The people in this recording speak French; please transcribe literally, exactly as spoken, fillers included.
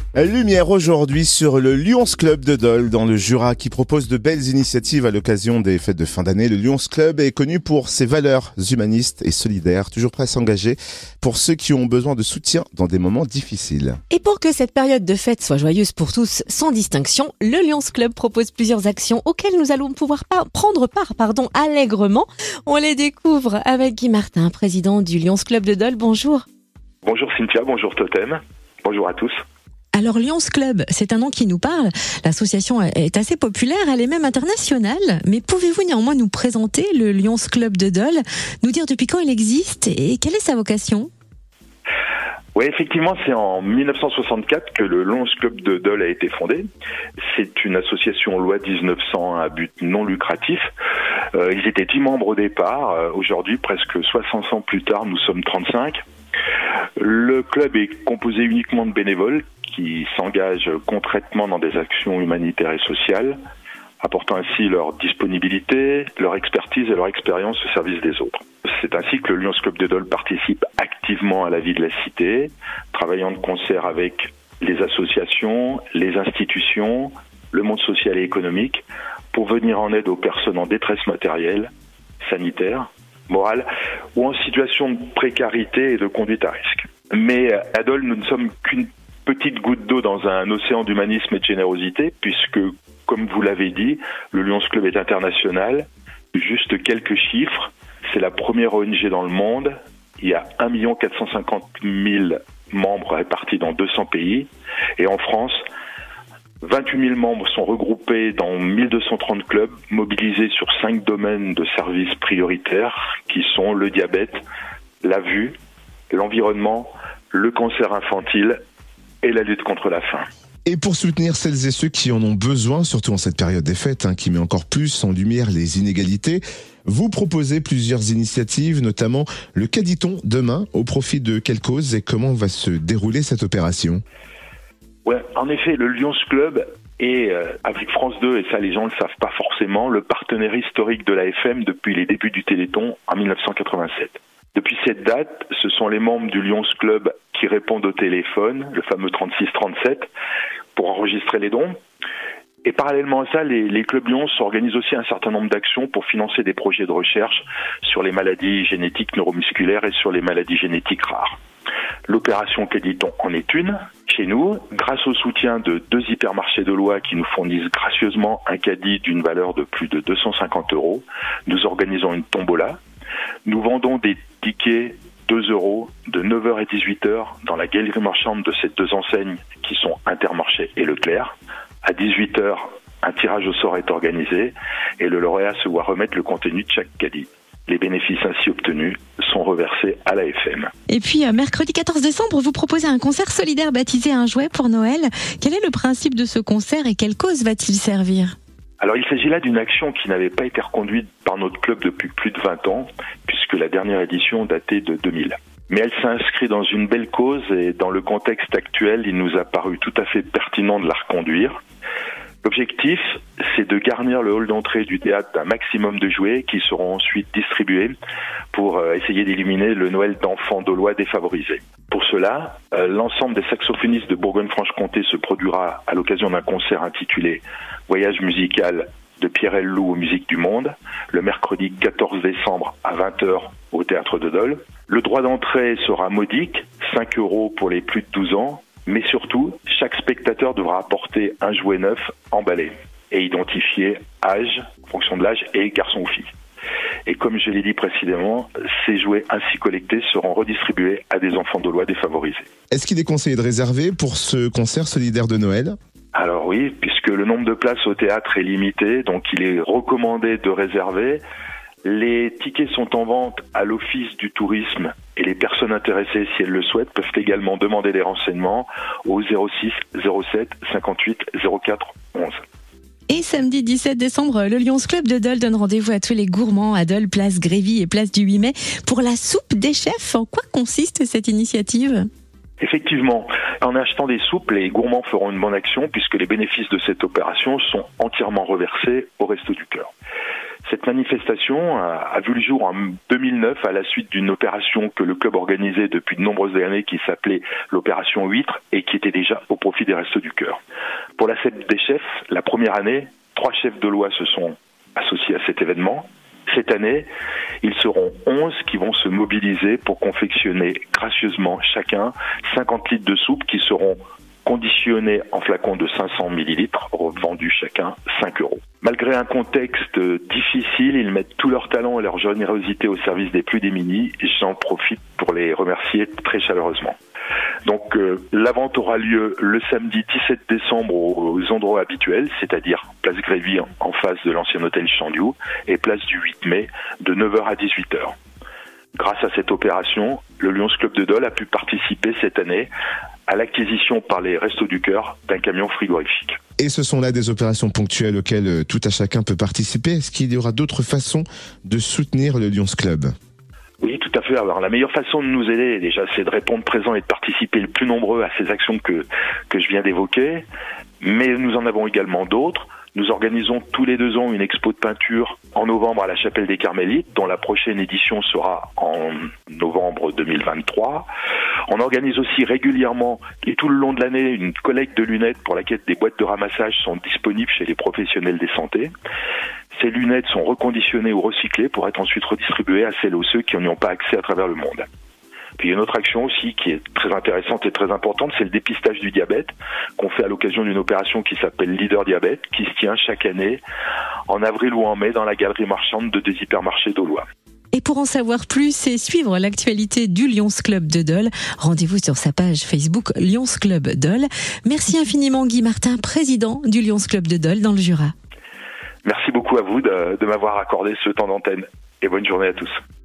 Lumière aujourd'hui sur le Lions Club de Dole dans le Jura qui propose de belles initiatives à l'occasion des fêtes de fin d'année. Le Lions Club est connu pour ses valeurs humanistes et solidaires, toujours prêt à s'engager pour ceux qui ont besoin de soutien dans des moments difficiles. Et pour que cette période de fête soit joyeuse pour tous, sans distinction, le Lions Club propose plusieurs actions auxquelles nous allons pouvoir pas prendre part pardon, allègrement. On les découvre avec Guy Martin, président du Lions Club de Dole. Bonjour. Bonjour Cynthia, bonjour Totem, bonjour à tous. Alors Lions Club, c'est un nom qui nous parle. L'association est assez populaire, elle est même internationale. Mais pouvez-vous néanmoins nous présenter le Lions Club de Dole, nous dire depuis quand il existe et quelle est sa vocation ? Oui, effectivement, c'est en dix-neuf cent soixante-quatre que le Lions Club de Dole a été fondé. C'est une association loi dix-neuf cent un à but non lucratif. Euh, ils étaient dix membres au départ. Euh, aujourd'hui, presque soixante ans plus tard, nous sommes trente-cinq. Le club est composé uniquement de bénévoles qui s'engagent concrètement dans des actions humanitaires et sociales, apportant ainsi leur disponibilité, leur expertise et leur expérience au service des autres. C'est ainsi que le Lions Club de Dole participe activement à la vie de la cité, travaillant de concert avec les associations, les institutions, le monde social et économique, pour venir en aide aux personnes en détresse matérielle, sanitaire, morale ou en situation de précarité et de conduite à risque. Mais à Dole, nous ne sommes qu'une petite goutte d'eau dans un océan d'humanisme et de générosité, puisque, comme vous l'avez dit, le Lions Club est international. Juste quelques chiffres, c'est la première O N G dans le monde. Il y a un million quatre cent cinquante mille membres répartis dans deux cents pays. Et en France, vingt-huit mille membres sont regroupés dans mille deux cent trente clubs, mobilisés sur cinq domaines de services prioritaires, qui sont le diabète, la vue, l'environnement, le cancer infantile et la lutte contre la faim. Et pour soutenir celles et ceux qui en ont besoin, surtout en cette période des fêtes, hein, qui met encore plus en lumière les inégalités, vous proposez plusieurs initiatives, notamment le Caditon demain, au profit de quelle cause et comment va se dérouler cette opération ? Ouais, en effet, le Lions Club est, euh, avec France deux, et ça les gens ne le savent pas forcément, le partenaire historique de l'A F M depuis les débuts du Téléthon en dix-neuf cent quatre-vingt-sept. Depuis cette date, ce sont les membres du Lions Club qui répondent au téléphone, le fameux trente-six trente-sept, pour enregistrer les dons. Et parallèlement à ça, les, les clubs Lions organisent aussi un certain nombre d'actions pour financer des projets de recherche sur les maladies génétiques neuromusculaires et sur les maladies génétiques rares. L'opération Caditon en est une. Chez nous, grâce au soutien de deux hypermarchés de loi qui nous fournissent gracieusement un caddie d'une valeur de plus de deux cent cinquante euros, nous organisons une tombola. Nous vendons des tickets deux euros de neuf heures à dix-huit heures dans la galerie marchande de ces deux enseignes qui sont Intermarché et Leclerc. À dix-huit heures, un tirage au sort est organisé et le lauréat se voit remettre le contenu de chaque caddie. Les bénéfices ainsi obtenus sont reversés à l'A F M. Et puis, mercredi quatorze décembre, vous proposez un concert solidaire baptisé Un jouet pour Noël. Quel est le principe de ce concert et quelle cause va-t-il servir ? Alors, il s'agit là d'une action qui n'avait pas été reconduite par notre club depuis plus de vingt ans, puisque la dernière édition datait de deux mille. Mais elle s'inscrit dans une belle cause et dans le contexte actuel, il nous a paru tout à fait pertinent de la reconduire. L'objectif, c'est de garnir le hall d'entrée du théâtre d'un maximum de jouets qui seront ensuite distribués pour essayer d'éliminer le Noël d'enfants dolois défavorisés. Pour cela, euh, l'ensemble des saxophonistes de Bourgogne-Franche-Comté se produira à l'occasion d'un concert intitulé « Voyage musical de Pierre Ellou aux musiques du monde » le mercredi quatorze décembre à vingt heures au Théâtre de Dole. Le droit d'entrée sera modique, cinq euros pour les plus de douze ans, mais surtout, chaque spectateur devra apporter un jouet neuf emballé et identifié âge, en fonction de l'âge, et garçon ou fille. Et comme je l'ai dit précédemment, ces jouets ainsi collectés seront redistribués à des enfants dolois défavorisés. Est-ce qu'il est conseillé de réserver pour ce concert solidaire de Noël ? Alors oui, puisque le nombre de places au théâtre est limité, donc il est recommandé de réserver. Les tickets sont en vente à l'Office du tourisme et les personnes intéressées, si elles le souhaitent, peuvent également demander des renseignements au zéro six zéro sept cinquante-huit zéro quatre onze. Et samedi dix-sept décembre, le Lions Club de Dole donne rendez-vous à tous les gourmands à Dole, place Grévy et place du huit mai pour la soupe des chefs. En quoi consiste cette initiative ? Effectivement, en achetant des soupes, les gourmands feront une bonne action puisque les bénéfices de cette opération sont entièrement reversés au Resto du Cœur. Cette manifestation a, a vu le jour en deux mille neuf à la suite d'une opération que le club organisait depuis de nombreuses années qui s'appelait l'opération Huître et qui était déjà au profit des Restos année, trois chefs de loi se sont associés à cet événement. Cette année, ils seront onze qui vont se mobiliser pour confectionner gracieusement chacun cinquante litres de soupe qui seront conditionnés en flacons de cinq cents millilitres, revendus chacun cinq euros. Malgré un contexte difficile, ils mettent tout leur talent et leur générosité au service des plus démunis. J'en profite pour les remercier très chaleureusement. Donc euh, la vente aura lieu le samedi dix-sept décembre aux endroits habituels, c'est-à-dire place Grévy en face de l'ancien hôtel Chandiou et place du huit mai de neuf heures à dix-huit heures. Grâce à cette opération, le Lions Club de Dole a pu participer cette année à l'acquisition par les Restos du Cœur d'un camion frigorifique. Et ce sont là des opérations ponctuelles auxquelles tout un chacun peut participer. Est-ce qu'il y aura d'autres façons de soutenir le Lions Club ? Oui, tout à fait. Alors, la meilleure façon de nous aider, déjà, c'est de répondre présent et de participer le plus nombreux à ces actions que, que je viens d'évoquer. Mais nous en avons également d'autres. Nous organisons tous les deux ans une expo de peinture en novembre à la Chapelle des Carmélites, dont la prochaine édition sera en novembre deux mille vingt-trois. On organise aussi régulièrement et tout le long de l'année une collecte de lunettes pour laquelle des boîtes de ramassage sont disponibles chez les professionnels des santé. Ces lunettes sont reconditionnées ou recyclées pour être ensuite redistribuées à celles ou ceux qui n'y ont pas accès à travers le monde. Puis il y a une autre action aussi qui est très intéressante et très importante, c'est le dépistage du diabète qu'on fait à l'occasion d'une opération qui s'appelle Leader Diabète, qui se tient chaque année en avril ou en mai dans la galerie marchande de des hypermarchés d'Aulois. Et pour en savoir plus et suivre l'actualité du Lions Club de Dole, rendez-vous sur sa page Facebook Lions Club Dole. Merci infiniment Guy Martin, président du Lions Club de Dole dans le Jura. Merci beaucoup à vous de, de m'avoir accordé ce temps d'antenne et bonne journée à tous.